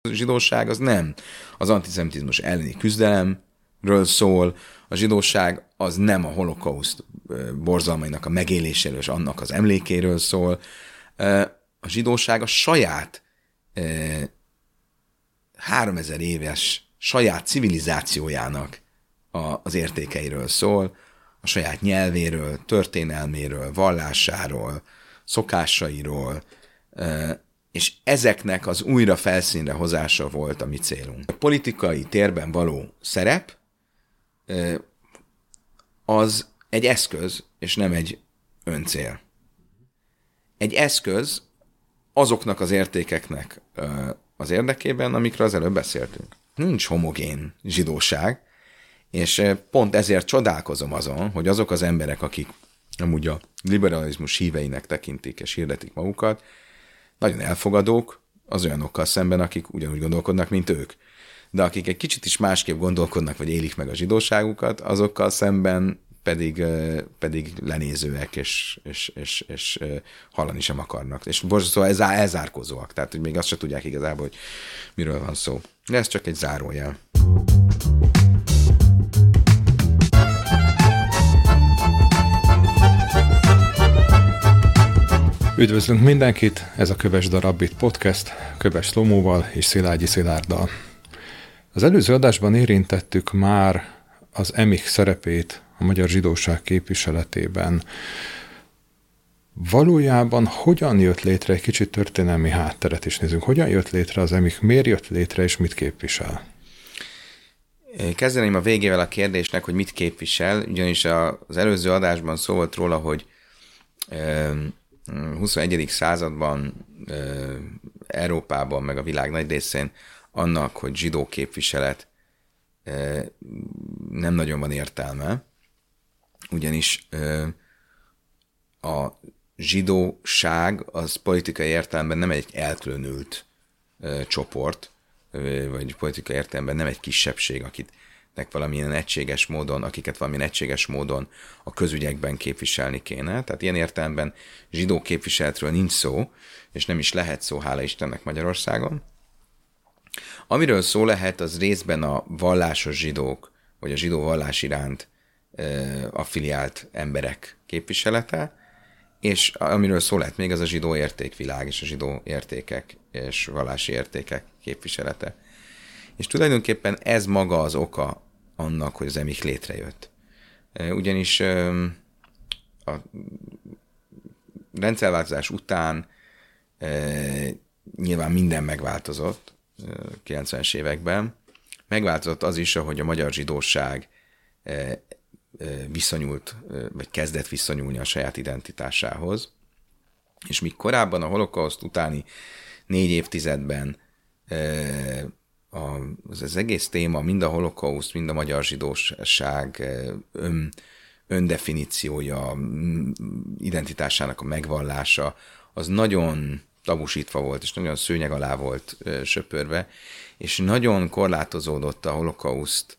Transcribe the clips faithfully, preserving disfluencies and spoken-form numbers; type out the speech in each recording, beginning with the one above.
A zsidóság az nem az antiszemitizmus elleni küzdelemről szól, a zsidóság az nem a holokauszt borzalmainak a megéléséről és annak az emlékéről szól. A zsidóság a saját háromezer éves saját civilizációjának az értékeiről szól, a saját nyelvéről, történelméről, vallásáról, szokásairól, és ezeknek az újra felszínre hozása volt a mi célunk. A politikai térben való szerep az egy eszköz, és nem egy öncél. Egy eszköz azoknak az értékeknek az érdekében, amikről az előbb beszéltünk. Nincs homogén zsidóság, és pont ezért csodálkozom azon, hogy azok az emberek, akik amúgy a liberalizmus híveinek tekintik és hirdetik magukat, nagyon elfogadók az olyanokkal szemben, akik ugyanúgy gondolkodnak, mint ők. De akik egy kicsit is másképp gondolkodnak, vagy élik meg a zsidóságukat, azokkal szemben pedig, pedig lenézőek, és, és, és, és hallani sem akarnak. És szóval ez elzárkózóak, tehát hogy még azt se tudják igazából, hogy miről van szó. De ez csak egy zárójel. Üdvözlünk mindenkit, ez a Kövesd a Rabbit podcast, Köves Lomóval és Szilágyi Szilárddal. Az előző adásban érintettük már az emik szerepét a magyar zsidóság képviseletében. Valójában hogyan jött létre, egy kicsit történelmi hátteret is nézünk, hogyan jött létre az emik, miért jött létre és mit képvisel? Kezdeném a végével a kérdésnek, hogy mit képvisel, ugyanis az előző adásban szó volt róla, hogy huszonegyedik században Európában, meg a világ nagy részén annak, hogy zsidó képviselet nem nagyon van értelme, ugyanis a zsidóság az politikai értelemben nem egy elkülönült csoport, vagy politikai értelemben nem egy kisebbség, akitnek valamilyen egységes módon, akiket valamilyen egységes módon a közügyekben képviselni kéne. Tehát ilyen értelemben zsidó képviseletről nincs szó, és nem is lehet szó, hála Istennek, Magyarországon. Amiről szó lehet, az részben a vallásos zsidók, vagy a zsidó vallás iránt e, affiliált emberek képviselete, és amiről szó lehet még, az a zsidó értékvilág, és a zsidó értékek és vallási értékek képviselete. És tulajdonképpen ez maga az oka annak, hogy az emik létrejött. Ugyanis a rendszerváltozás után nyilván minden megváltozott kilencvenes években. Megváltozott az is, ahogy a magyar zsidóság viszonyult, vagy kezdett viszonyulni a saját identitásához. És míg korábban a holokauszt utáni négy évtizedben az, az egész téma, mind a holokauszt, mind a magyar zsidóság ön, öndefiníciója, identitásának a megvallása, az nagyon tabusítva volt, és nagyon szőnyeg alá volt söpörve, és nagyon korlátozódott a holokauszt,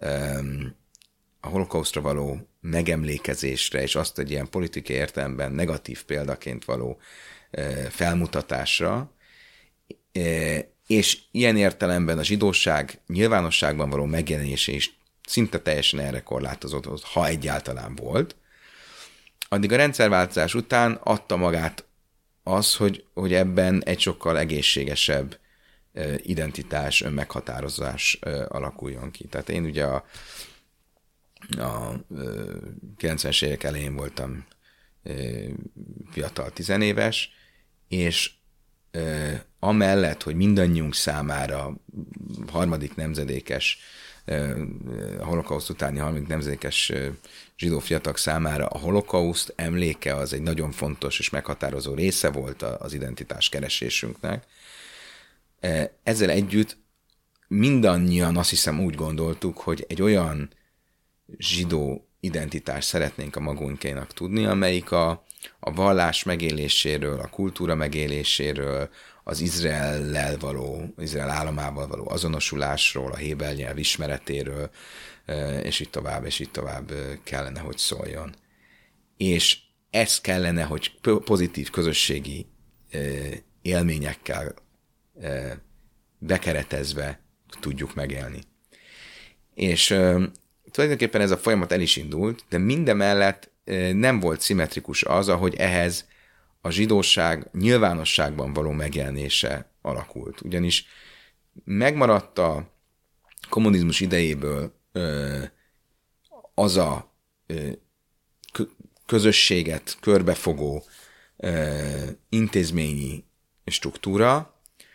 a holokausztra való megemlékezésre, és azt egy ilyen politikai értelemben negatív példaként való felmutatásra, és ilyen értelemben a zsidóság nyilvánosságban való megjelenése is szinte teljesen erre korlátozott, ha egyáltalán volt. Addig a rendszerváltozás után adta magát az, hogy, hogy ebben egy sokkal egészségesebb identitás, önmeghatározás alakuljon ki. Tehát én ugye a, a kilencvenes évek elején voltam fiatal tizenéves, és amellett, hogy mindannyiunk számára harmadik nemzedékes, a holokauszt utáni harmadik nemzedékes zsidó fiatalok számára a holokauszt emléke az egy nagyon fontos és meghatározó része volt az identitás keresésünknek. Ezzel együtt mindannyian azt hiszem úgy gondoltuk, hogy egy olyan zsidó identitást szeretnénk a magunkénak tudni, amelyik a, a vallás megéléséről, a kultúra megéléséről, az Izraellel való, Izrael államával való azonosulásról, a héber nyelv ismeretéről, és így tovább, és így tovább kellene, hogy szóljon. És ez kellene, hogy pozitív közösségi élményekkel bekeretezve tudjuk megélni. És uh, tulajdonképpen ez a folyamat el is indult, de mindemellett uh, nem volt szimmetrikus az, ahogy ehhez a zsidóság nyilvánosságban való megjelenése alakult. Ugyanis megmaradt a kommunizmus idejéből uh, az a uh, közösséget körbefogó uh, intézményi struktúra,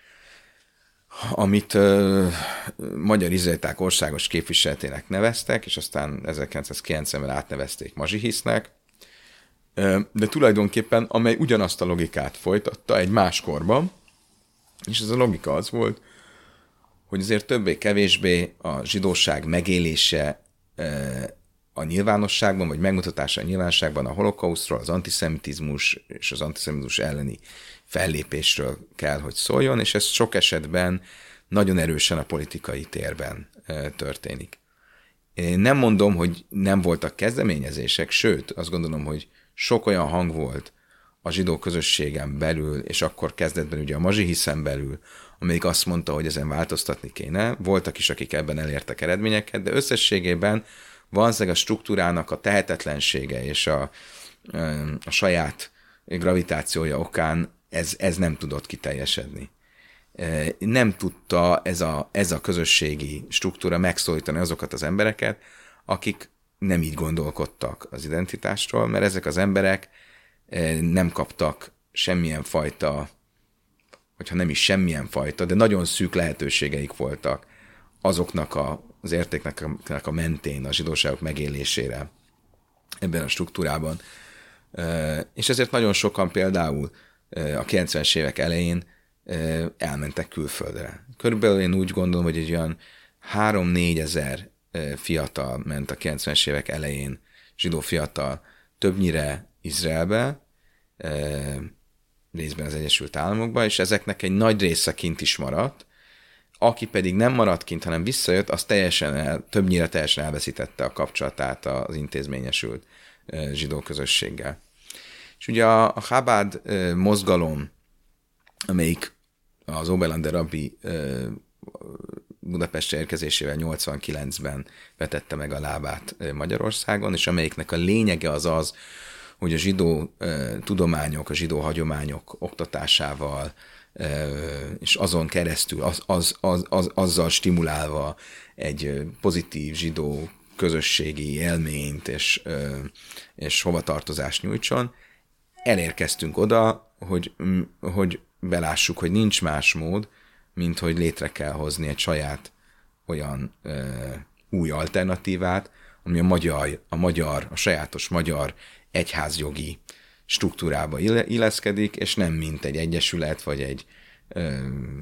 amit uh, Magyar Izraeliták Országos Képviseletének neveztek, és aztán ezerkilencszázkilencvenben átnevezték Mazsihisznek, uh, de tulajdonképpen amely ugyanazt a logikát folytatta egy más korban, és ez a logika az volt, hogy azért többé-kevésbé a zsidóság megélése uh, a nyilvánosságban, vagy megmutatása a nyilvánosságban a holokausztról, az antiszemitizmus és az antiszemitizmus elleni fellépésről kell, hogy szóljon, és ez sok esetben nagyon erősen a politikai térben e, történik. Én nem mondom, hogy nem voltak kezdeményezések, sőt, azt gondolom, hogy sok olyan hang volt a zsidó közösségen belül, és akkor kezdetben ugye a Mazsihiszen belül, amelyik azt mondta, hogy ezen változtatni kéne. Voltak is, akik ebben elértek eredményeket, de összességében valószínűleg a struktúrának a tehetetlensége és a, a saját gravitációja okán ez, ez nem tudott kiteljesedni. Nem tudta ez a, ez a közösségi struktúra megszólítani azokat az embereket, akik nem így gondolkodtak az identitásról, mert ezek az emberek nem kaptak semmilyen fajta, hogyha nem is semmilyen fajta, de nagyon szűk lehetőségeik voltak azoknak a az értéknek a mentén a zsidóságok megélésére ebben a struktúrában. És ezért nagyon sokan például a kilencvenes évek elején elmentek külföldre. Körülbelül én úgy gondolom, hogy egy olyan három-négy ezer fiatal ment a kilencvenes évek elején, zsidó fiatal, többnyire Izraelbe, részben az Egyesült Államokba, és ezeknek egy nagy része kint is maradt. Aki pedig nem maradt kint, hanem visszajött, az teljesen el, többnyire teljesen elveszítette a kapcsolatát az intézményesült zsidó közösséggel. És ugye a, a Chabad mozgalom, amelyik az Oberlander rabbi Budapestre érkezésével nyolcvankilencben vetette meg a lábát Magyarországon, és amelyiknek a lényege az az, hogy a zsidó tudományok, a zsidó hagyományok oktatásával, és azon keresztül, az, az, az, az, azzal stimulálva egy pozitív zsidó közösségi élményt és, és hovatartozást nyújtson, elérkeztünk oda, hogy, hogy belássuk, hogy nincs más mód, mint hogy létre kell hozni egy saját olyan új alternatívát, ami a magyar, a magyar, a sajátos magyar egyházjogi struktúrába illeszkedik, és nem mint egy egyesület, vagy egy ö,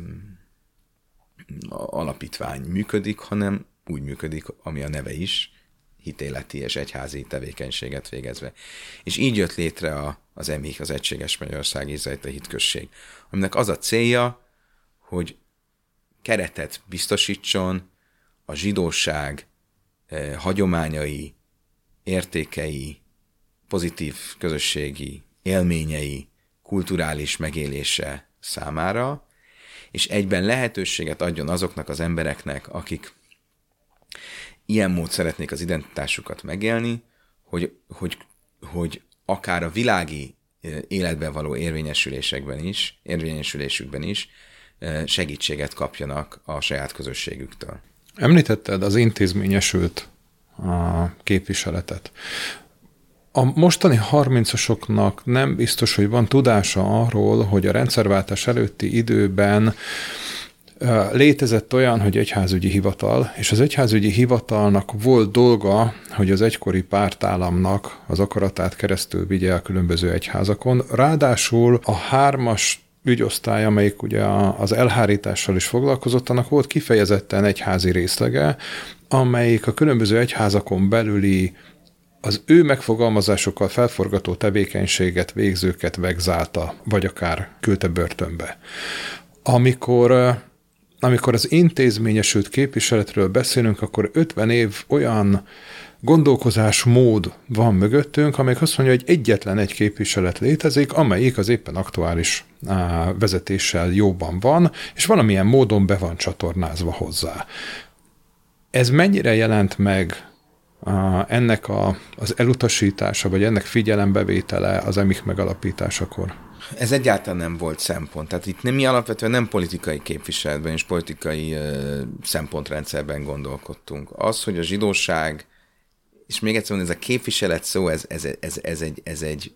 alapítvány működik, hanem úgy működik, ami a neve is, hitéleti és egyházi tevékenységet végezve. És így jött létre a, az EMIK, az Egységes Magyarország Izraelita Hitközség, aminek az a célja, hogy keretet biztosítson a zsidóság eh, hagyományai, értékei, pozitív közösségi élményei, kulturális megélése számára, és egyben lehetőséget adjon azoknak az embereknek, akik ilyen mód szeretnék az identitásukat megélni, hogy, hogy, hogy akár a világi életben való érvényesülésekben is, érvényesülésükben is segítséget kapjanak a saját közösségüktől. Említetted az intézményesült a képviseletet. A mostani harmincasoknak nem biztos, hogy van tudása arról, hogy a rendszerváltás előtti időben létezett olyan, hogy egyházügyi hivatal, és az egyházügyi hivatalnak volt dolga, hogy az egykori pártállamnak az akaratát keresztül vigye a különböző egyházakon. Ráadásul a hármas ügyosztály, amelyik ugye az elhárítással is foglalkozott, annak volt kifejezetten egyházi részlege, amelyik a különböző egyházakon belüli az ő megfogalmazásokkal felforgató tevékenységet végzőket vegzálta, vagy akár küldte börtönbe. Amikor amikor az intézményesült képviseletről beszélünk, akkor ötven év olyan gondolkozásmód van mögöttünk, amelyik azt mondja, hogy egyetlen egy képviselet létezik, amelyik az éppen aktuális á, vezetéssel jóban van, és valamilyen módon be van csatornázva hozzá. Ez mennyire jelent meg á, ennek a, az elutasítása, vagy ennek figyelembevétele az emik megalapításakor? Ez egyáltalán nem volt szempont. Tehát itt nem, mi alapvetően nem politikai képviseletben és politikai uh, szempontrendszerben gondolkodtunk. Az, hogy a zsidóság, és még egyszer mondom, ez a képviselet szó, ez, ez, ez, ez, egy, ez, egy,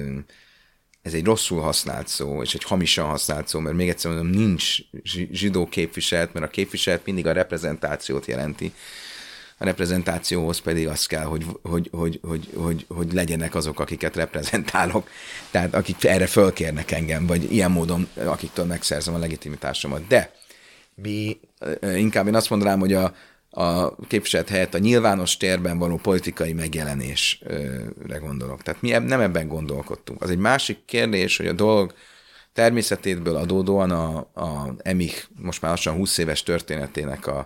ez egy rosszul használt szó, és egy hamisan használt szó, mert még egyszer mondom, nincs zsidó képviselet, mert a képviselet mindig a reprezentációt jelenti. A reprezentációhoz pedig az kell, hogy, hogy, hogy, hogy, hogy, hogy legyenek azok, akiket reprezentálok, tehát akik erre fölkérnek engem, vagy ilyen módon, akiktől megszerzem a legitimitásomat. De mi, inkább én azt mondanám, hogy a a képviselet helyett a nyilvános térben való politikai megjelenésre gondolok. Tehát mi nem ebben gondolkodtunk. Az egy másik kérdés, hogy a dolog természetéből adódóan a, a emik most már lassan húsz éves történetének a,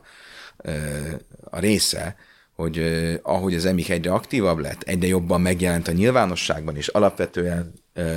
a része, hogy ahogy az emik egyre aktívabb lett, egyre jobban megjelent a nyilvánosságban, és alapvetően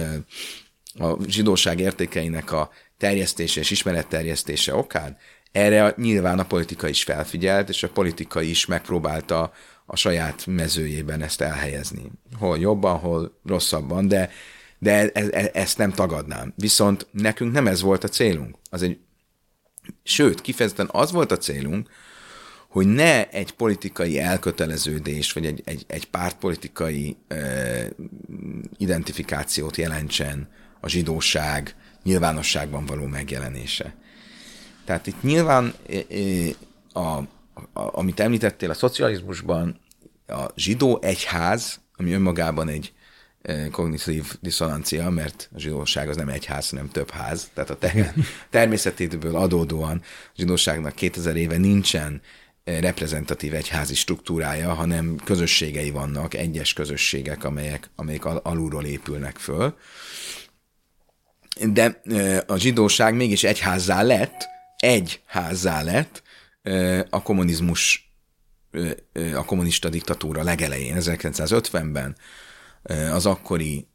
a zsidóság értékeinek a terjesztése és ismeretterjesztése okán, erre nyilván a politika is felfigyelt, és a politika is megpróbálta a saját mezőjében ezt elhelyezni. Hol jobban, hol rosszabban, de, de e, e, ezt nem tagadnám. Viszont nekünk nem ez volt a célunk. Az egy, sőt, kifejezetten az volt a célunk, hogy ne egy politikai elköteleződés, vagy egy, egy, egy pártpolitikai e, identifikációt jelentsen a zsidóság nyilvánosságban való megjelenése. Tehát itt nyilván, a, a, amit említettél, a szocializmusban a zsidó egyház, ami önmagában egy kognitív diszonancia, mert a zsidóság az nem egy ház, hanem több ház. Tehát a te, természetéből adódóan a zsidóságnak kétezer éve nincsen reprezentatív egyházi struktúrája, hanem közösségei vannak, egyes közösségek, amelyek, amelyek alulról épülnek föl. De a zsidóság mégis egyházzá lett, egy házzá lett a kommunizmus, a kommunista diktatúra legelején, ezerkilencszázötvenben az akkori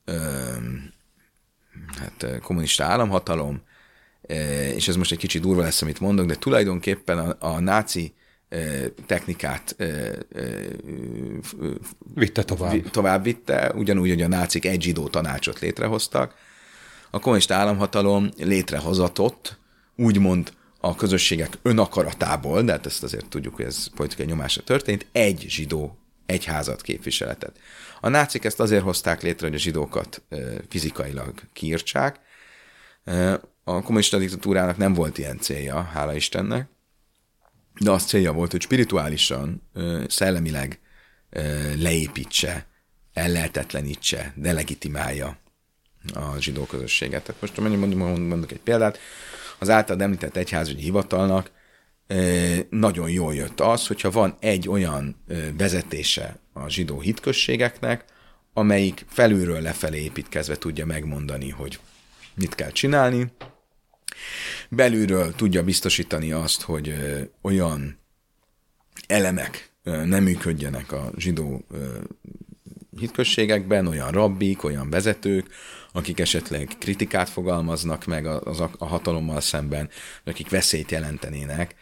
hát, kommunista államhatalom, és ez most egy kicsit durva lesz, amit mondok, de tulajdonképpen a, a náci technikát vitte tovább. tovább vitte, ugyanúgy, hogy a nácik egy zsidó tanácsot létrehoztak. A kommunista államhatalom létrehozatott, úgymond a közösségek önakaratából, de hát ezt azért tudjuk, hogy ez politikai nyomásra történt, egy zsidó egyházat képviseletet. A nácik ezt azért hozták létre, hogy a zsidókat fizikailag kiírtsák. A kommunista diktatúrának nem volt ilyen célja, hála Istennek, de az célja volt, hogy spirituálisan, szellemileg leépítse, ellehetetlenítse, delegitimálja a zsidó közösséget. Tehát most mondjuk, mondjuk egy példát, az általad említett egyházügyi hivatalnak nagyon jól jött az, hogyha van egy olyan vezetése a zsidó hitközségeknek, amelyik felülről lefelé építkezve tudja megmondani, hogy mit kell csinálni, belülről tudja biztosítani azt, hogy olyan elemek nem működjenek a zsidó hitközségekben, olyan rabbik, olyan vezetők, akik esetleg kritikát fogalmaznak meg az a hatalommal szemben, akik veszélyt jelentenének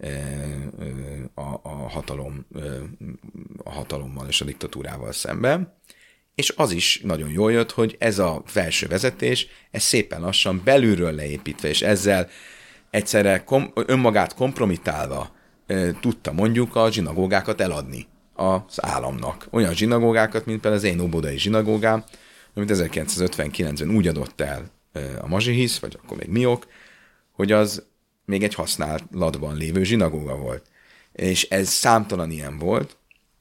a, a, hatalom, a hatalommal és a diktatúrával szemben. És az is nagyon jól jött, hogy ez a felső vezetés, ez szépen lassan belülről leépítve, és ezzel egyszerre kom, önmagát kompromitálva e, tudta mondjuk a zsinagógákat eladni az államnak. Olyan zsinagógákat, mint például az én óbudai zsinagógám, amit ezerkilencszázötvenkilencben úgy adott el e, a Mazsihisz, vagy akkor még Miok, hogy az még egy használatban lévő zsinagóga volt. És ez számtalan ilyen volt.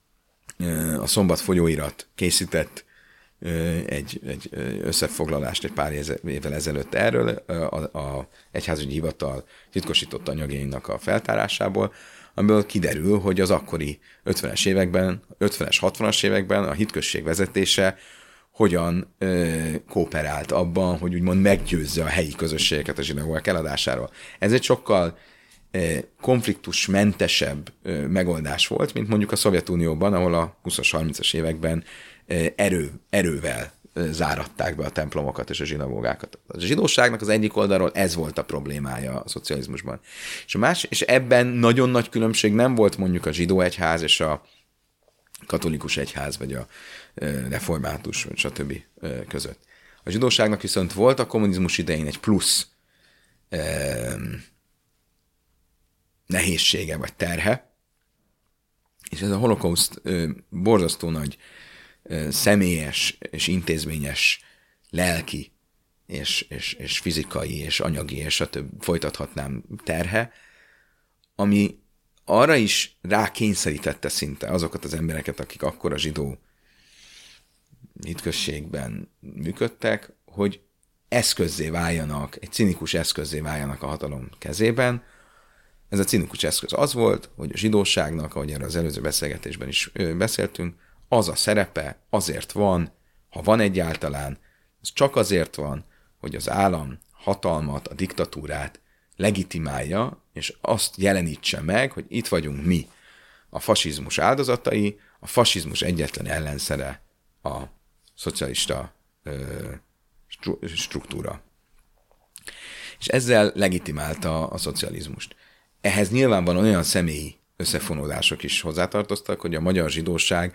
A Szombat folyóirat készített egy, egy összefoglalást egy pár évvel ezelőtt erről, a, a egyházügyi hivatal titkosított anyagainak a feltárásából, amiből kiderül, hogy az akkori ötvenes években, ötvenes, hatvanas években a hitközség vezetése hogyan ö, kooperált abban, hogy úgymond meggyőzze a helyi közösségeket a zsinagógák eladásáról. Ez egy sokkal konfliktusmentesebb megoldás volt, mint mondjuk a Szovjetunióban, ahol a húszas, harmincas években erő, erővel záratták be a templomokat és a zsinagógákat. A zsidóságnak az egyik oldalról ez volt a problémája a szocializmusban. És, a más, és ebben nagyon nagy különbség nem volt mondjuk a zsidó egyház és a katolikus egyház, vagy a református, vagy stb. Között. A zsidóságnak viszont volt a kommunizmus idején egy plusz eh, nehézsége, vagy terhe, és ez a holokauszt eh, borzasztó nagy eh, személyes és intézményes lelki és, és, és fizikai és anyagi és stb. Folytathatnám terhe, ami arra is rákényszerítette szinte azokat az embereket, akik akkor a zsidó hitközségben működtek, hogy eszközzé váljanak, egy cinikus eszközzé váljanak a hatalom kezében. Ez a cinikus eszköz az volt, hogy a zsidóságnak, ahogy erről az előző beszélgetésben is beszéltünk, az a szerepe azért van, ha van egyáltalán, az csak azért van, hogy az állam hatalmat, a diktatúrát legitimálja, és azt jelenítse meg, hogy itt vagyunk mi, a fasizmus áldozatai, a fasizmus egyetlen ellenszere a szocialista ö, struktúra. És ezzel legitimálta a szocializmust. Ehhez nyilván van olyan személyi összefonódások is hozzátartoztak, hogy a magyar zsidóság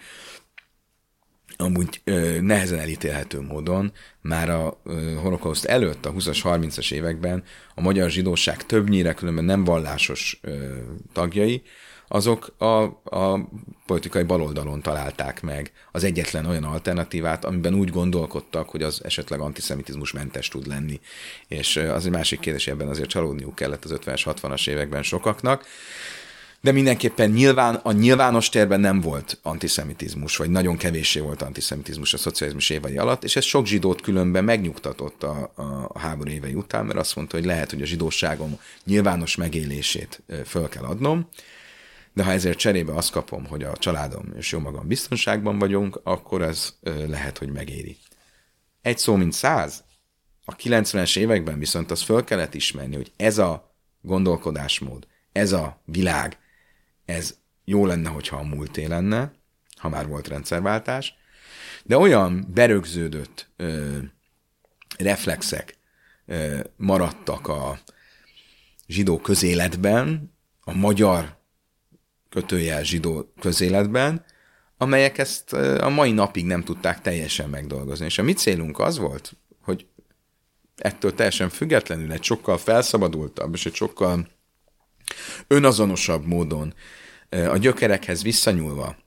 amúgy ö, nehezen elítélhető módon már a ö, holokauszt előtt, a húszas, harmincas években a magyar zsidóság többnyire különben nem vallásos ö, tagjai, azok a, a politikai baloldalon találták meg az egyetlen olyan alternatívát, amiben úgy gondolkodtak, hogy az esetleg antiszemitizmus mentes tud lenni. És az egy másik kérdés, ebben azért csalódniuk kellett az ötvenes, hatvanas években sokaknak. De mindenképpen nyilván, a nyilvános térben nem volt antiszemitizmus, vagy nagyon kevéssé volt antiszemitizmus a szocializmus évei alatt, és ez sok zsidót különben megnyugtatott a, a háború évei után, mert azt mondta, hogy lehet, hogy a zsidóságom nyilvános megélését föl kell adnom, de ha ezért cserébe azt kapom, hogy a családom és jó magam biztonságban vagyunk, akkor ez lehet, hogy megéri. Egy szó, mint száz. A kilencvenes években viszont azt föl kellett ismerni, hogy ez a gondolkodásmód, ez a világ, ez jó lenne, hogyha a múlté lenne, ha már volt rendszerváltás, de olyan berögződött ö, reflexek ö, maradtak a zsidó közéletben, a magyar kötőjel zsidó közéletben, amelyek ezt a mai napig nem tudták teljesen megdolgozni. És a mi célunk az volt, hogy ettől teljesen függetlenül egy sokkal felszabadultabb és egy sokkal önazonosabb módon a gyökerekhez visszanyúlva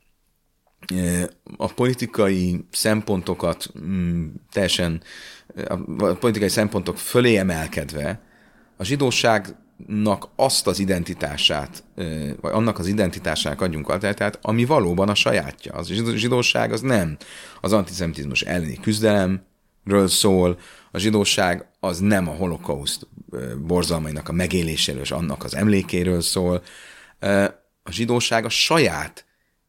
a politikai szempontokat teljesen, a politikai szempontok fölé emelkedve a zsidóságnak azt az identitását, vagy annak az identitásának adjunk alternatívát, ami valóban a sajátja. Az zsidóság az nem az antiszemitizmus elleni küzdelemről szól, a zsidóság az nem a holokauszt borzalmainak a megéléséről és annak az emlékéről szól. A zsidóság a saját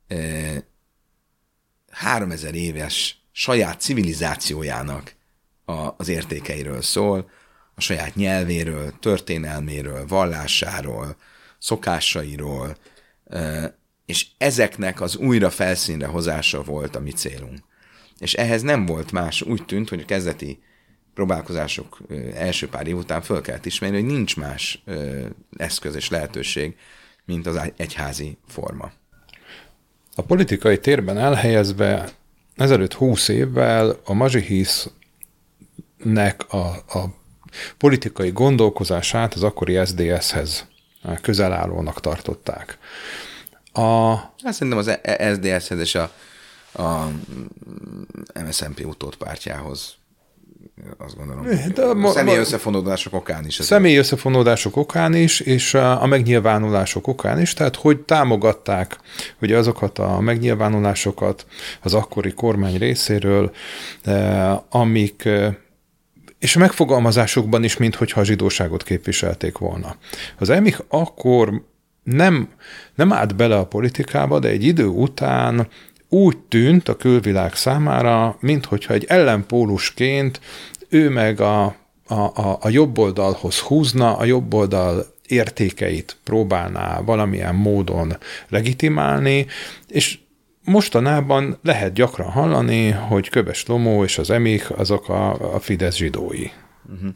háromezer éves saját civilizációjának az értékeiről szól, a saját nyelvéről, történelméről, vallásáról, szokásairól, és ezeknek az újra felszínre hozása volt a mi célunk. És ehhez nem volt más, úgy tűnt, hogy a kezdeti próbálkozások első pár év után föl kellett ismerni, hogy nincs más eszköz és lehetőség, mint az egyházi forma. A politikai térben elhelyezve ezelőtt húsz évvel a mazsihisznek a, a politikai gondolkozását az akkori es dé es-hez közelállónak tartották. A... Hát szerintem az es dé es-hez és a, a em es zé en pé utódpártjához, azt gondolom. De a, a személyi összefonódások okán is. Személyi összefonódások okán is, és a, a megnyilvánulások okán is, tehát hogy támogatták ugye azokat a megnyilvánulásokat az akkori kormány részéről, eh, amik, eh, és a megfogalmazásokban is, minthogyha a zsidóságot képviselték volna. Az emik akkor nem, nem állt bele a politikába, de egy idő után úgy tűnt a külvilág számára, minthogyha egy ellenpólusként ő meg a, a, a, a jobb oldalhoz húzna, a jobb oldal értékeit próbálná valamilyen módon legitimálni, és mostanában lehet gyakran hallani, hogy Köves Slomó és az emik azok a, a Fidesz zsidói. Uh-huh.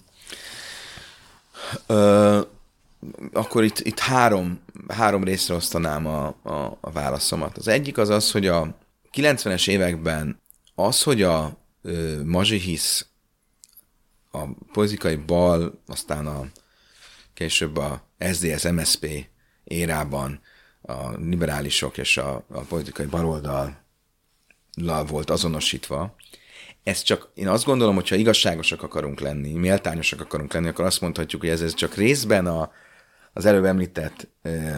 Ö, akkor itt, itt három, három részre osztanám a, a, a válaszomat. Az egyik az az, hogy a kilencvenes években az, hogy a ö, mazsihisz, a politikai bal, aztán a később a es zé es em es zé pé érában a liberálisok és a, a politikai baloldal volt azonosítva. Ez csak, én azt gondolom, hogyha igazságosak akarunk lenni, méltányosak akarunk lenni, akkor azt mondhatjuk, hogy ez, ez csak részben a, az előbb említett eh,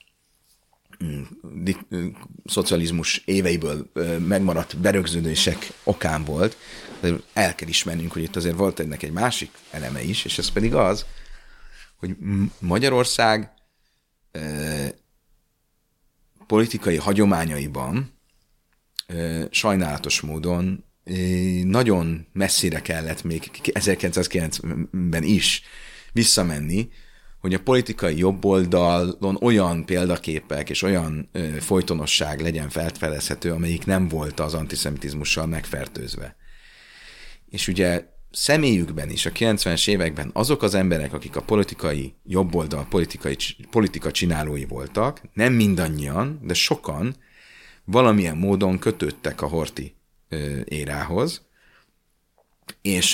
di, szocializmus éveiből eh, megmaradt berögződések okán volt, de el kell ismernünk, hogy itt azért volt ennek egy másik eleme is, és ez pedig az, hogy Magyarország eh, politikai hagyományaiban eh, sajnálatos módon nagyon messzire kellett még ezerkilencszázkilencvenben is visszamenni, hogy a politikai jobboldalon olyan példaképek és olyan ö, folytonosság legyen felfedezhető, amelyik nem volt az antiszemitizmussal megfertőzve. És ugye személyükben is a kilencvenes években azok az emberek, akik a politikai jobboldal politikai, politika csinálói voltak, nem mindannyian, de sokan valamilyen módon kötődtek a Horthy érához, és,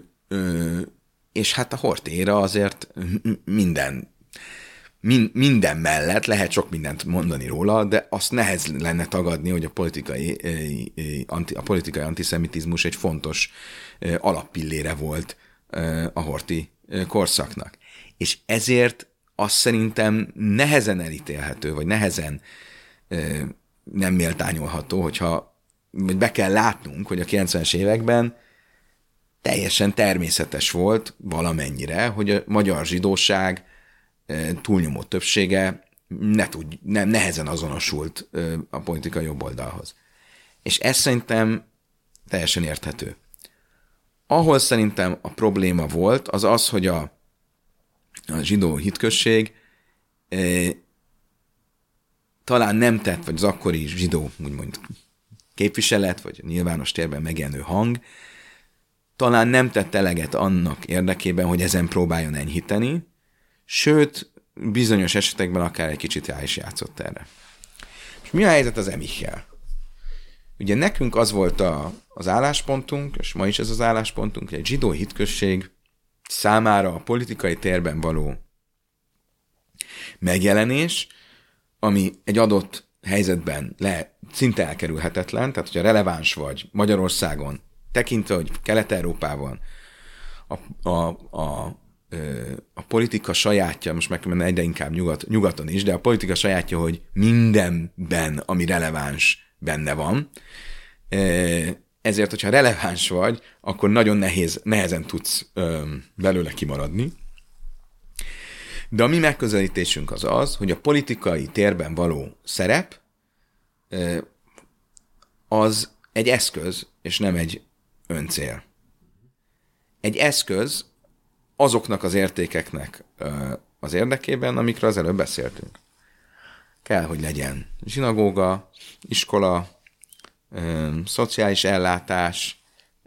és hát a Horthy éra azért minden, minden mellett lehet sok mindent mondani róla, de azt nehéz lenne tagadni, hogy a politikai, a politikai antiszemitizmus egy fontos alappillére volt a Horthy korszaknak. És ezért azt szerintem nehezen elítélhető, vagy nehezen nem méltányolható, hogyha be kell látnunk, hogy a kilencvenes években teljesen természetes volt valamennyire, hogy a magyar zsidóság túlnyomó többsége ne tud, nem, nehezen azonosult a politikai jobboldalhoz. És ez szerintem teljesen érthető. Ahol szerintem a probléma volt, az az, hogy a, a zsidó hitközség e, talán nem tett, vagy az akkori zsidó, úgymond képviselet, vagy nyilvános térben megjelenő hang, talán nem tett eleget annak érdekében, hogy ezen próbáljon enyhíteni, sőt, bizonyos esetekben akár egy kicsit rá is játszott erre. És mi a helyzet az emikkel? Ugye nekünk az volt a, az álláspontunk, és ma is ez az álláspontunk, hogy egy zsidó hitközség számára a politikai térben való megjelenés, ami egy adott helyzetben le, szinte elkerülhetetlen, tehát hogyha releváns vagy Magyarországon, tekintve, hogy Kelet-Európában a, a, a, a politika sajátja, most meg kell egyre inkább nyugat, nyugaton is, de a politika sajátja, hogy mindenben, ami releváns, benne van. Ezért, hogyha releváns vagy, akkor nagyon nehéz, nehezen tudsz belőle kimaradni. De a mi megközelítésünk az az, hogy a politikai térben való szerep az egy eszköz, és nem egy öncél. Egy eszköz azoknak az értékeknek az érdekében, amikről az előbb beszéltünk. Kell, hogy legyen zsinagóga, iskola, szociális ellátás,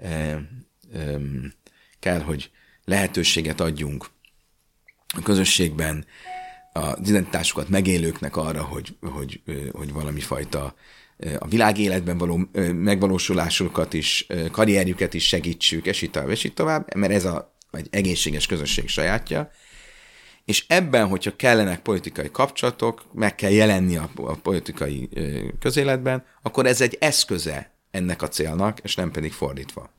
kell, hogy lehetőséget adjunk a közösségben az identitásukat megélőknek arra, hogy, hogy, hogy valami fajta a világéletben való megvalósulásukat is, karrierjüket is segítsük, és itt tovább, és itt tovább, mert ez a, egy egészséges közösség sajátja. És ebben, hogyha kellenek politikai kapcsolatok, meg kell jelenni a, a politikai közéletben, akkor ez egy eszköze ennek a célnak, és nem pedig fordítva.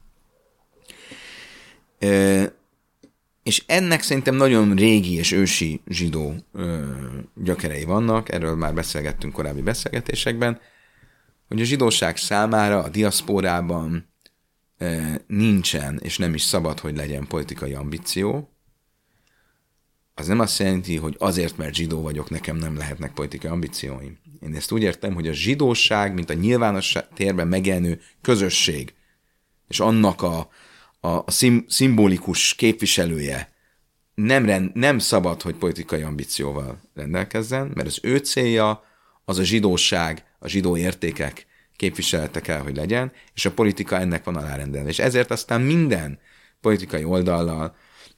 És ennek szerintem nagyon régi és ősi zsidó ö, gyökerei vannak, erről már beszélgettünk korábbi beszélgetésekben, hogy a zsidóság számára a diaszpórában ö, nincsen, és nem is szabad, hogy legyen politikai ambíció. Az nem azt jelenti, hogy azért, mert zsidó vagyok, nekem nem lehetnek politikai ambícióim. Én ezt úgy értem, hogy a zsidóság, mint a nyilvános térben megjelenő közösség, és annak a a, a szim, szimbolikus képviselője nem, rend, nem szabad, hogy politikai ambícióval rendelkezzen, mert az ő célja az a zsidóság, a zsidó értékek képviselete kell, hogy legyen, és a politika ennek van alárendelve. És ezért aztán minden politikai oldallal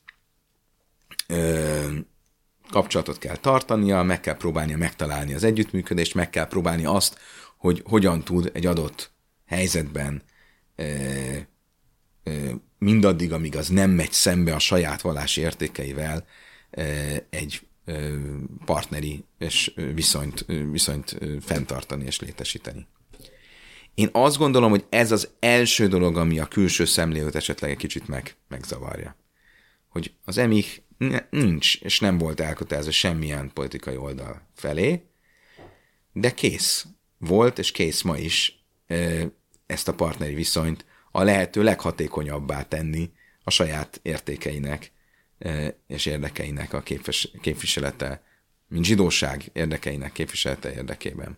ö, kapcsolatot kell tartania, meg kell próbálnia megtalálni az együttműködést, meg kell próbálni azt, hogy hogyan tud egy adott helyzetben ö, ö, mindaddig, amíg az nem megy szembe a saját vallási értékeivel, ö, egy ö, partneri és viszonyt, viszonyt fenntartani és létesíteni. Én azt gondolom, hogy ez az első dolog, ami a külső szemlélőt esetleg egy kicsit meg, megzavarja. Hogy az emich nincs, és nem volt elkötelező semmilyen politikai oldal felé, de kész volt, és kész ma is ezt a partneri viszonyt a lehető leghatékonyabbá tenni a saját értékeinek és érdekeinek a képviselete, mint zsidóság érdekeinek képviselete érdekében.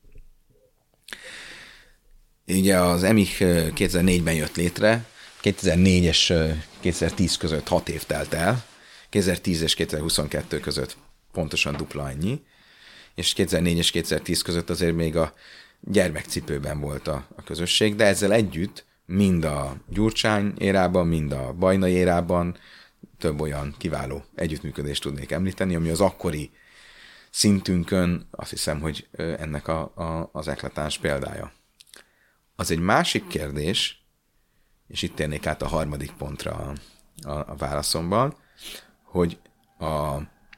Ugye az emich kétezer-négyben jött létre, kétezer-négy és kétezer-tíz között hat év telt el, kétezer-tíz és kétezer-huszonkettő között pontosan dupla annyi, és kétezer-négy és kétezer-tíz között azért még a gyermekcipőben volt a, a közösség, de ezzel együtt mind a Gyurcsány érában, mind a Bajnai érában több olyan kiváló együttműködést tudnék említeni, ami az akkori szintünkön azt hiszem, hogy ennek a, a, az eklatáns példája. Az egy másik kérdés, és itt térnék át a harmadik pontra a, a, a válaszomban, hogy a,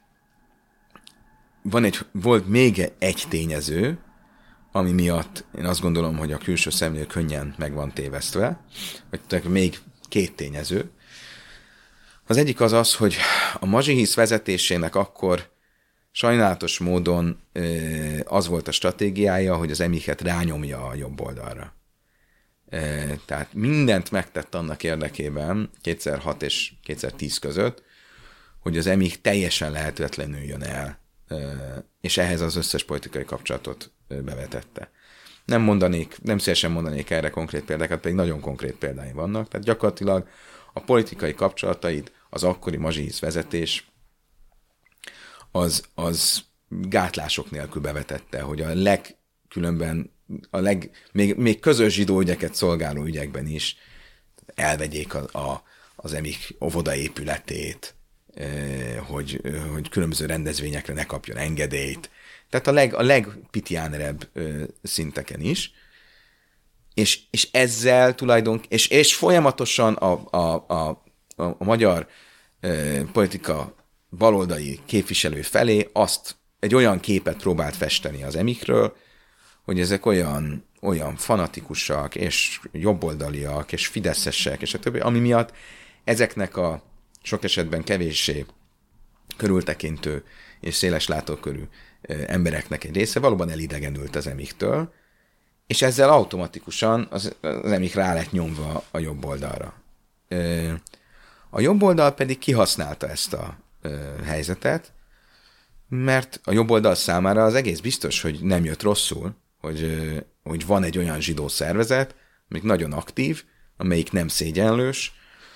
van egy, volt még egy tényező, ami miatt én azt gondolom, hogy a külső szemlélő könnyen meg van tévesztve, vagy még két tényező. Az egyik az az, hogy a Mazsihisz vezetésének akkor sajnálatos módon az volt a stratégiája, hogy az emichet rányomja a jobb oldalra. Tehát mindent megtett annak érdekében kétezer-hat és kétezer-tíz között, hogy az emich teljesen lehetetlenül jön el, és ehhez az összes politikai kapcsolatot bevetette. Nem mondanék, nem szívesen mondanék erre konkrét példákat, pedig nagyon konkrét példái vannak, tehát gyakorlatilag a politikai kapcsolatait az akkori Mazsihisz vezetés az, az gátlások nélkül bevetette, hogy a legkülönben a leg, még, még közös zsidó ügyeket szolgáló ügyekben is elvegyék a, a, az emich óvoda épületét, hogy, hogy különböző rendezvényekre ne kapjon engedélyt. Tehát a, leg, a legpitiánerebb szinteken is. És, és ezzel tulajdonképpen, és, és folyamatosan a, a, a, a magyar politika baloldali képviselő felé azt egy olyan képet próbált festeni az emichről, hogy ezek olyan, olyan fanatikusak, és jobboldaliak, és fideszesek, és a többi, ami miatt ezeknek a sok esetben kevéssé körültekintő és széles látókörű embereknek egy része valóban elidegenült az emichtől, és ezzel automatikusan az, az emich rá lett nyomva a jobb oldalra. A jobb oldal pedig kihasználta ezt a helyzetet, mert a jobb oldal számára az egész biztos, hogy nem jött rosszul, hogy, hogy van egy olyan zsidó szervezet, amelyik nagyon aktív, amelyik nem szégyenlős,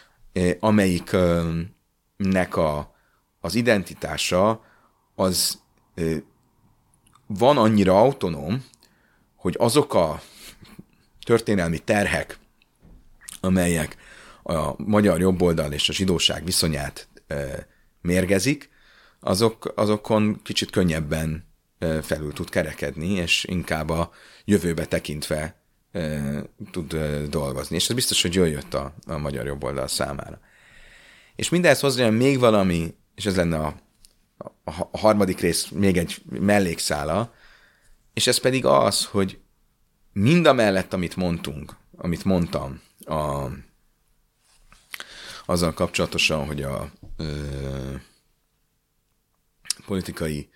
amelyiknek a, az identitása az van annyira autonóm, hogy azok a történelmi terhek, amelyek a magyar jobboldal és a zsidóság viszonyát mérgezik, azok, azokon kicsit könnyebben felül tud kerekedni, és inkább a jövőbe tekintve e, tud e, dolgozni. És ez biztos, hogy jól jött a, a magyar jobboldal számára. És mindez hozzá még valami, és ez lenne a, a, a harmadik rész, még egy mellékszála, és ez pedig az, hogy mind a mellett, amit mondtunk, amit mondtam, a, azzal kapcsolatosan, hogy a e, politikai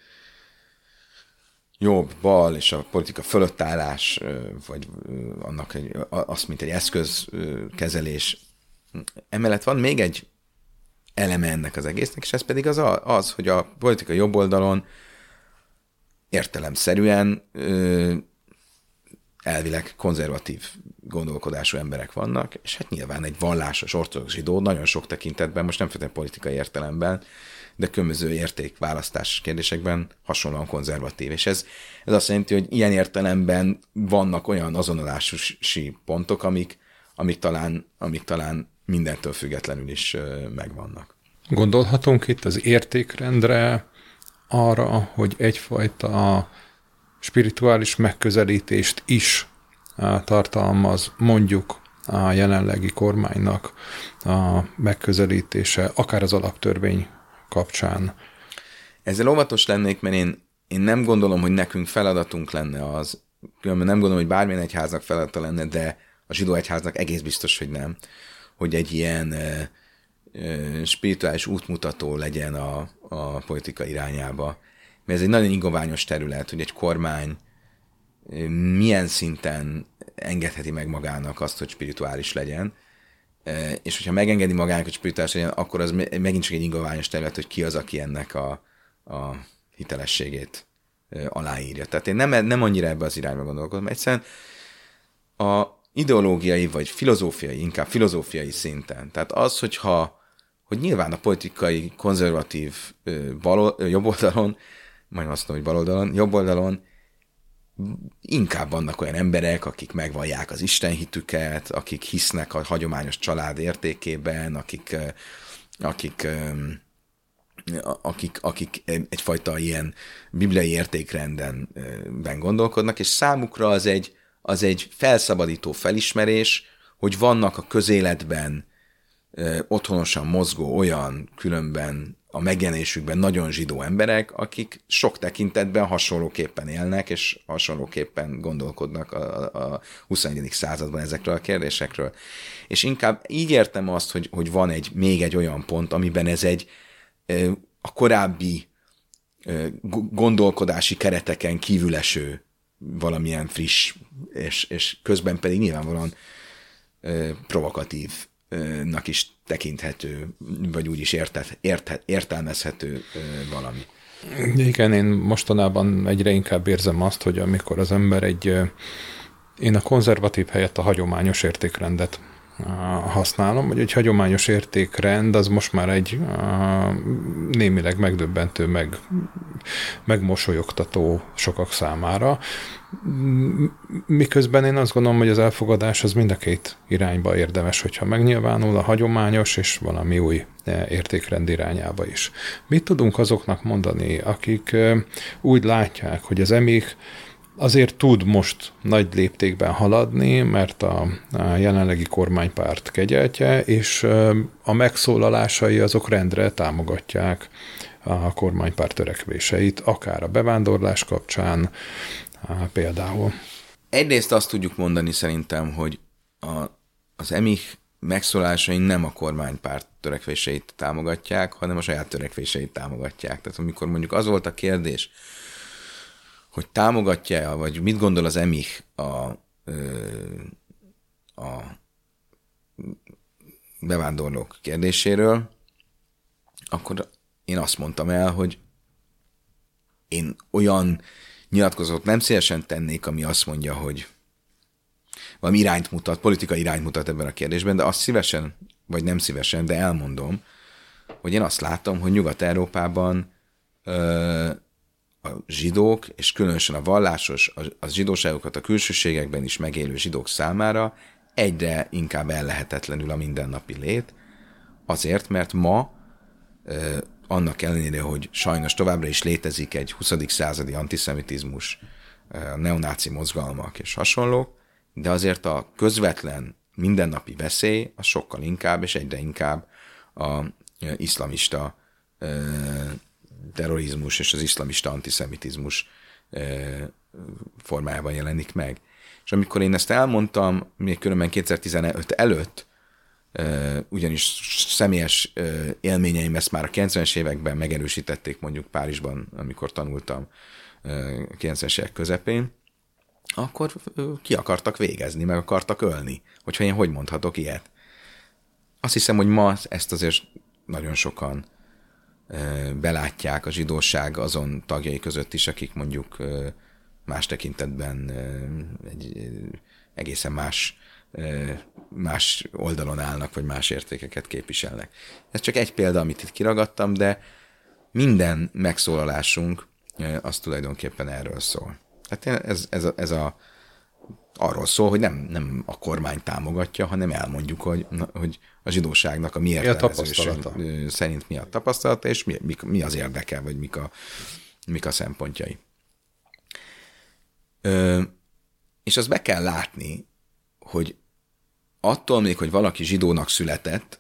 jobb, bal és a politika fölöttállás, vagy annak egy, azt, mint egy eszközkezelés. Emellett van még egy eleme ennek az egésznek, és ez pedig az, az hogy a politikai jobb oldalon értelemszerűen elvileg konzervatív gondolkodású emberek vannak, és hát nyilván egy vallásos ortodox zsidó nagyon sok tekintetben, most nem feltétlenül politikai értelemben, de különböző értékválasztás kérdésekben hasonlóan konzervatív. És ez, ez azt jelenti, hogy ilyen értelemben vannak olyan azonolási pontok, amik, amik, talán, amik talán mindentől függetlenül is megvannak. Gondolhatunk itt az értékrendre arra, hogy egyfajta spirituális megközelítést is tartalmaz mondjuk a jelenlegi kormánynak a megközelítése, akár az alaptörvény kapcsán. Ezzel óvatos lennék, mert én, én nem gondolom, hogy nekünk feladatunk lenne az, különben nem gondolom, hogy bármilyen egyháznak feladata lenne, de a zsidó egyháznak egész biztos, hogy nem, hogy egy ilyen e, e, spirituális útmutató legyen a, a politika irányába. Mert ez egy nagyon ingoványos terület, hogy egy kormány milyen szinten engedheti meg magának azt, hogy spirituális legyen, és hogyha megengedi magának, hogy spirituális legyen, akkor az megint csak egy ingoványos terület, hogy ki az, aki ennek a, a hitelességét aláírja. Tehát én nem, nem annyira ebbe az irányba gondolkodom. Egyszerűen a ideológiai vagy filozófiai, inkább filozófiai szinten. Tehát az, hogyha, hogy nyilván a politikai konzervatív bal, jobb oldalon, majd azt mondom, hogy bal oldalon, jobb oldalon inkább vannak olyan emberek, akik megvallják az istenhitüket, akik hisznek a hagyományos család értékében, akik, akik, akik, akik egyfajta ilyen bibliai értékrenden gondolkodnak, és számukra az egy, az egy felszabadító felismerés, hogy vannak a közéletben otthonosan mozgó olyan különben a megjelenésükben nagyon zsidó emberek, akik sok tekintetben hasonlóképpen élnek, és hasonlóképpen gondolkodnak a, a huszonegyedik században ezekről a kérdésekről. És inkább így értem azt, hogy, hogy van egy, még egy olyan pont, amiben ez egy a korábbi gondolkodási kereteken kívüleső valamilyen friss, és, és közben pedig nyilvánvalóan provokatív nak is tekinthető, vagy úgy is értet, értet, értelmezhető valami. Igen, én mostanában egyre inkább érzem azt, hogy amikor az ember egy, én a konzervatív helyett a hagyományos értékrendet használom, hogy egy hagyományos értékrend az most már egy némileg megdöbbentő, meg, megmosolyogtató sokak számára. Miközben én azt gondolom, hogy az elfogadás az mind a két irányba érdemes, hogyha megnyilvánul a hagyományos és valami új értékrend irányába is. Mit tudunk azoknak mondani, akik úgy látják, hogy az emik azért tud most nagy léptékben haladni, mert a, a jelenlegi kormánypárt kegyeltje, és a megszólalásai azok rendre támogatják a kormánypárt törekvéseit, akár a bevándorlás kapcsán például. Egyrészt azt tudjuk mondani szerintem, hogy a, az emik megszólásai nem a kormánypárt törekvéseit támogatják, hanem a saját törekvéseit támogatják. Tehát amikor mondjuk az volt a kérdés, hogy támogatja, vagy mit gondol az emik a, a bevándorlók kérdéséről, akkor én azt mondtam el, hogy én olyan nyilatkozatot nem szívesen tennék, ami azt mondja, hogy valami irányt mutat, politikai irányt mutat ebben a kérdésben, de azt szívesen, vagy nem szívesen, de elmondom, hogy én azt látom, hogy Nyugat-Európában ö, a zsidók, és különösen a vallásos, a, a zsidóságokat a külsőségekben is megélő zsidók számára egyre inkább ellehetetlenül a mindennapi lét, azért, mert ma ö, annak ellenére, hogy sajnos továbbra is létezik egy huszadik századi antiszemitizmus, neonáci mozgalmak és hasonlók, de azért a közvetlen mindennapi veszély az sokkal inkább és egyre inkább a iszlamista terrorizmus és az iszlamista antiszemitizmus formájában jelenik meg. És amikor én ezt elmondtam, még különben kétezer-tizenöt előtt, Uh, ugyanis személyes uh, élményeim ezt már a kilencvenes években megerősítették, mondjuk Párizsban, amikor tanultam uh, a kilencvenes évek közepén, akkor uh, ki akartak végezni, meg akartak ölni, hogyha én hogy mondhatok ilyet. Azt hiszem, hogy ma ezt azért nagyon sokan uh, belátják a zsidóság azon tagjai között is, akik mondjuk uh, más tekintetben egy egészen más, más oldalon állnak, vagy más értékeket képviselnek. Ez csak egy példa, amit itt kiragadtam, de minden megszólalásunk az tulajdonképpen erről szól. Tehát ez, ez, a, ez a, arról szól, hogy nem, nem a kormány támogatja, hanem elmondjuk, hogy, hogy a zsidóságnak a mi értelmezése szerint mi a tapasztalata, és mi, mi, mi az érdeke, vagy mik a, mik a szempontjai. Ö, és azt be kell látni, hogy attól még, hogy valaki zsidónak született,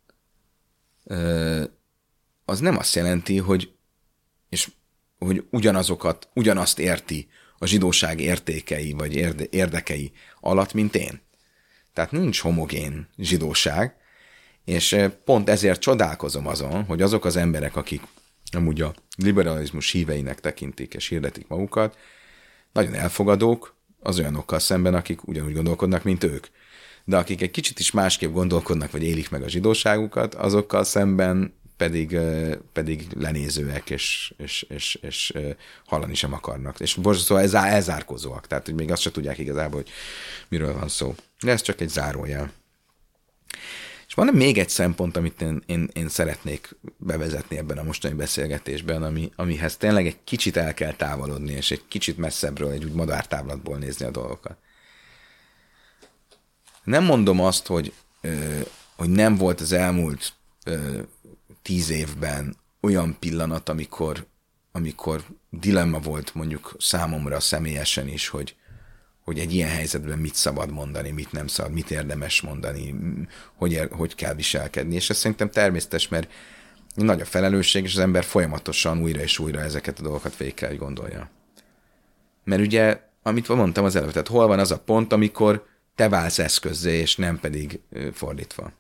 ö, az nem azt jelenti, hogy, és, hogy ugyanazokat, ugyanazt érti a zsidóság értékei, vagy érde, érdekei alatt, mint én. Tehát nincs homogén zsidóság, és pont ezért csodálkozom azon, hogy azok az emberek, akik amúgy a liberalizmus híveinek tekintik és hirdetik magukat, nagyon elfogadók az olyanokkal szemben, akik ugyanúgy gondolkodnak, mint ők. De akik egy kicsit is másképp gondolkodnak, vagy élik meg a zsidóságukat, azokkal szemben pedig, pedig lenézőek, és, és, és, és hallani sem akarnak. És szóval ez elzárkózóak, tehát hogy még azt se tudják igazából, hogy miről van szó. De ez csak egy zárójel. És van még egy szempont, amit én, én, én szeretnék bevezetni ebben a mostani beszélgetésben, ami, amihez tényleg egy kicsit el kell távolodni, és egy kicsit messzebbről, egy úgy madártávlatból nézni a dolgokat. Nem mondom azt, hogy, hogy nem volt az elmúlt tíz évben olyan pillanat, amikor, amikor dilemma volt mondjuk számomra személyesen is, hogy, hogy egy ilyen helyzetben mit szabad mondani, mit nem szabad, mit érdemes mondani, hogy, ér, hogy kell viselkedni. És ez szerintem természetes, mert nagy a felelősség, és az ember folyamatosan újra és újra ezeket a dolgokat végig kell, hogy gondolja. Mert ugye, amit mondtam az előtt, tehát hol van az a pont, amikor te válsz eszközzé, és nem pedig fordítva.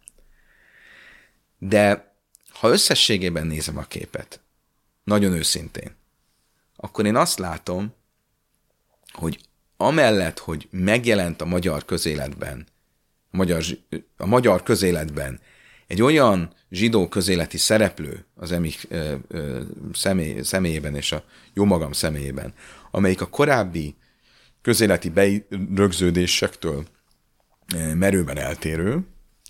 De ha összességében nézem a képet, nagyon őszintén, akkor én azt látom, hogy amellett, hogy megjelent a magyar közéletben, a magyar, a magyar közéletben egy olyan zsidó közéleti szereplő az emik ö, ö, személy, személyében és a jómagam személyében, amelyik a korábbi közéleti berögződésektől ö, merőben eltérő,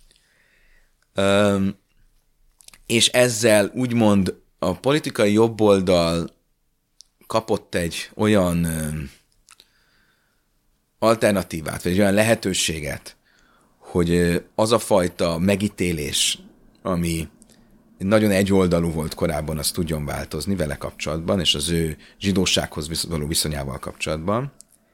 ö, és ezzel úgymond a politikai jobboldal kapott egy olyan ö, alternatívát, vagy egy olyan lehetőséget, hogy az a fajta megítélés, ami nagyon egyoldalú volt korábban, az tudjon változni vele kapcsolatban, és az ő zsidósághoz való viszonyával kapcsolatban.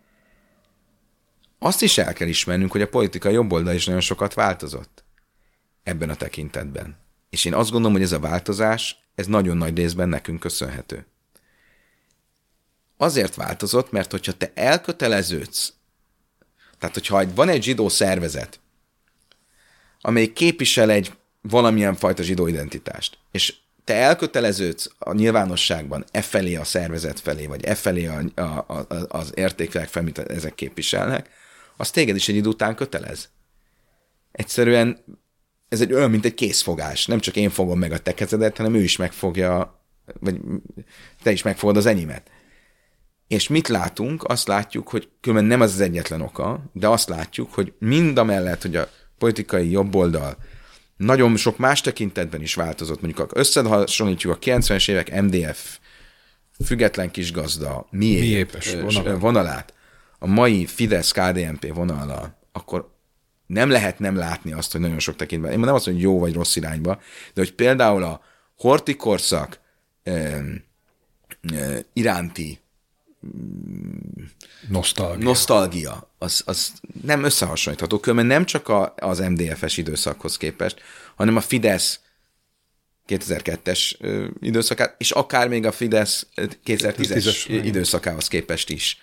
Azt is el kell ismernünk, hogy a politikai jobboldal is nagyon sokat változott ebben a tekintetben. És én azt gondolom, hogy ez a változás, ez nagyon nagy részben nekünk köszönhető. Azért változott, mert hogyha te elköteleződsz, tehát hogyha van egy zsidó szervezet, amely képvisel egy valamilyen fajta zsidó identitást, és te elköteleződsz a nyilvánosságban e felé a szervezet felé, vagy e felé a, a, a, az értékvilág felé, amit ezek képviselnek, az téged is egy idő után kötelez. Egyszerűen ez egy olyan, mint egy készfogás. Nem csak én fogom meg a te kezedet, hanem ő is megfogja, vagy te is megfogod az enyémet. És mit látunk? Azt látjuk, hogy különben nem az az egyetlen oka, de azt látjuk, hogy mind a mellett, hogy a politikai jobboldal nagyon sok más tekintetben is változott. Mondjuk összehasonlítjuk a kilencvenes évek em dé ef független kisgazda miépes vonalát. vonalát a mai Fidesz-ká dé en pé vonallal, akkor nem lehet nem látni azt, hogy nagyon sok tekintetben, én nem azt mondom, hogy jó vagy rossz irányba, de hogy például a Horthy korszak eh, eh, iránti Nosztalgia. Nosztalgia, az, az nem összehasonlítható, különben nem csak a, az em dé ef-es időszakhoz képest, hanem a Fidesz kétezer-kettes időszakát, és akár még a Fidesz kétezer-tízes időszakához képest is.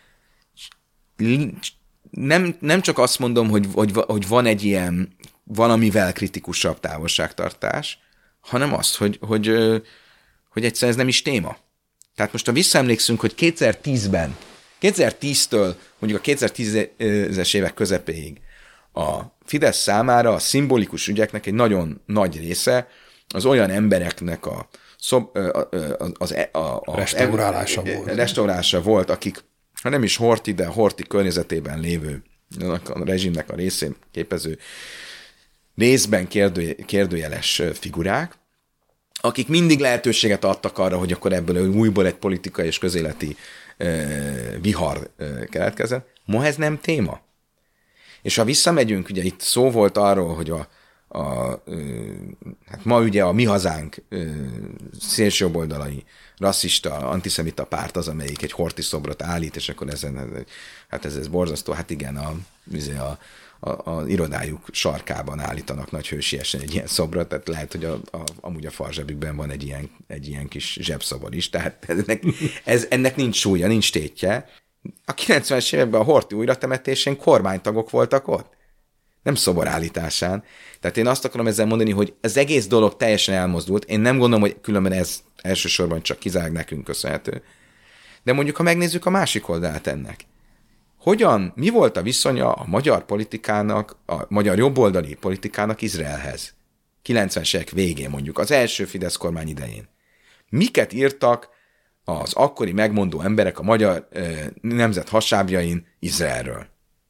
Nem, nem csak azt mondom, hogy, hogy, hogy van egy ilyen valamivel kritikusabb távolságtartás, hanem azt, hogy, hogy, hogy egyszerűen ez nem is téma. Tehát most ha visszaemlékszünk, hogy kétezer-tízben, kétezer-tíztől mondjuk a kétezer-tízes évek közepéig a Fidesz számára a szimbolikus ügyeknek egy nagyon nagy része az olyan embereknek a, szob, az, az, a, a, restaurálása, a, volt. restaurálása volt, akik ha nem is Horthy, de Horthy környezetében lévő, a rezsimnek a részén képező részben kérdő, kérdőjeles figurák, akik mindig lehetőséget adtak arra, hogy akkor ebből újból egy politikai és közéleti uh, vihar uh, keletkezzen. Ma ez nem téma. És ha visszamegyünk, ugye itt szó volt arról, hogy a, a, uh, hát ma ugye a Mi Hazánk uh, szélsőjobboldalai, rasszista, antiszemita párt az, amelyik egy Horthy szobrot állít, és akkor ezen, hát ez, ez borzasztó, hát igen, a, a, a, a irodájuk sarkában állítanak nagy hősiesen egy ilyen szobrot, tehát lehet, hogy a, a, amúgy a farzsebükben van egy ilyen, egy ilyen kis zsebszobor is, tehát ennek, ez, ennek nincs súlya, nincs tétje. A kilencvenes években a Horthy újratemetésén kormánytagok voltak ott, nem szoborállításán. Tehát én azt akarom ezzel mondani, hogy az egész dolog teljesen elmozdult. Én nem gondolom, hogy különben ez elsősorban csak kizárólag nekünk köszönhető. De mondjuk, ha megnézzük a másik oldalát ennek. Hogyan, mi volt a viszonya a magyar politikának, a magyar jobboldali politikának Izraelhez? kilencvenes évek végén mondjuk, az első Fidesz kormány idején. Miket írtak az akkori megmondó emberek a magyar eh, nemzet hasábjain Izraelről?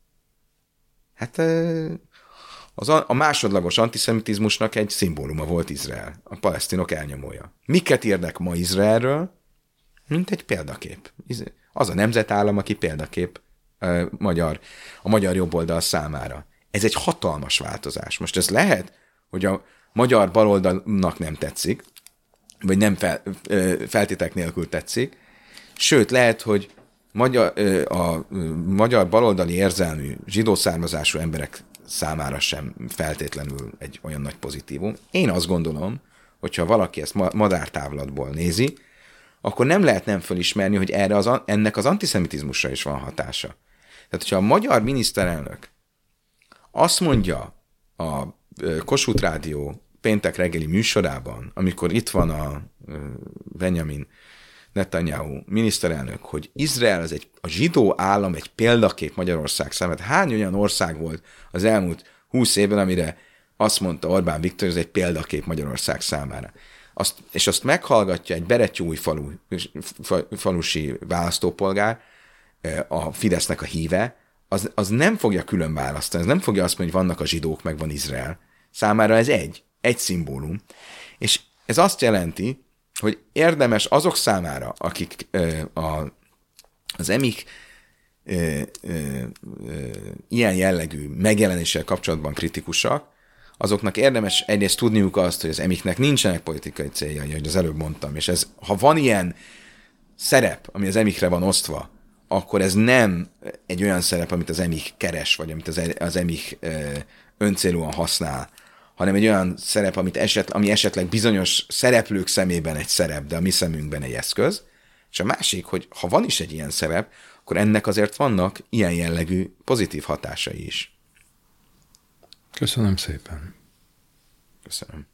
Hát az a, a másodlagos antiszemitizmusnak egy szimbóluma volt Izrael, a palesztinok elnyomója. Miket írnak ma Izraelről? Mint egy példakép. Az a nemzetállam, aki példakép a magyar, a magyar jobboldal számára. Ez egy hatalmas változás. Most ez lehet, hogy a magyar baloldalnak nem tetszik, vagy nem fel, feltétek nélkül tetszik, sőt, lehet, hogy Magyar, a magyar baloldali érzelmű, zsidó származású emberek számára sem feltétlenül egy olyan nagy pozitívum. Én azt gondolom, hogyha valaki ezt madártávlatból nézi, akkor nem lehet nem fölismerni, hogy erre az, ennek az antiszemitizmusra is van hatása. Tehát, hogyha a magyar miniszterelnök azt mondja a Kossuth Rádió péntek reggeli műsorában, amikor itt van a Benjamin Netanyahu miniszterelnök, hogy Izrael az egy, a zsidó állam egy példakép Magyarország számára. Hány olyan ország volt az elmúlt húsz évben, amire azt mondta Orbán Viktor, hogy ez egy példakép Magyarország számára. Azt, és azt meghallgatja egy berettyúj falu, falusi választópolgár, a Fidesznek a híve, az, az nem fogja külön választani, az nem fogja azt mondani, hogy vannak a zsidók, meg van Izrael. Számára ez egy, egy szimbólum. És ez azt jelenti, hogy érdemes azok számára, akik ö, a, az emik ö, ö, ö, ilyen jellegű megjelenéssel kapcsolatban kritikusak, azoknak érdemes egyrészt tudniuk azt, hogy az emiknek nincsenek politikai céljai, ahogy az előbb mondtam, és ez, ha van ilyen szerep, ami az emikre van osztva, akkor ez nem egy olyan szerep, amit az emik keres, vagy amit az, az emik ö, öncélúan használ, hanem egy olyan szerep, amit eset, ami esetleg bizonyos szereplők szemében egy szerep, de a mi szemünkben egy eszköz. És a másik, hogy ha van is egy ilyen szerep, akkor ennek azért vannak ilyen jellegű pozitív hatásai is. Köszönöm szépen. Köszönöm.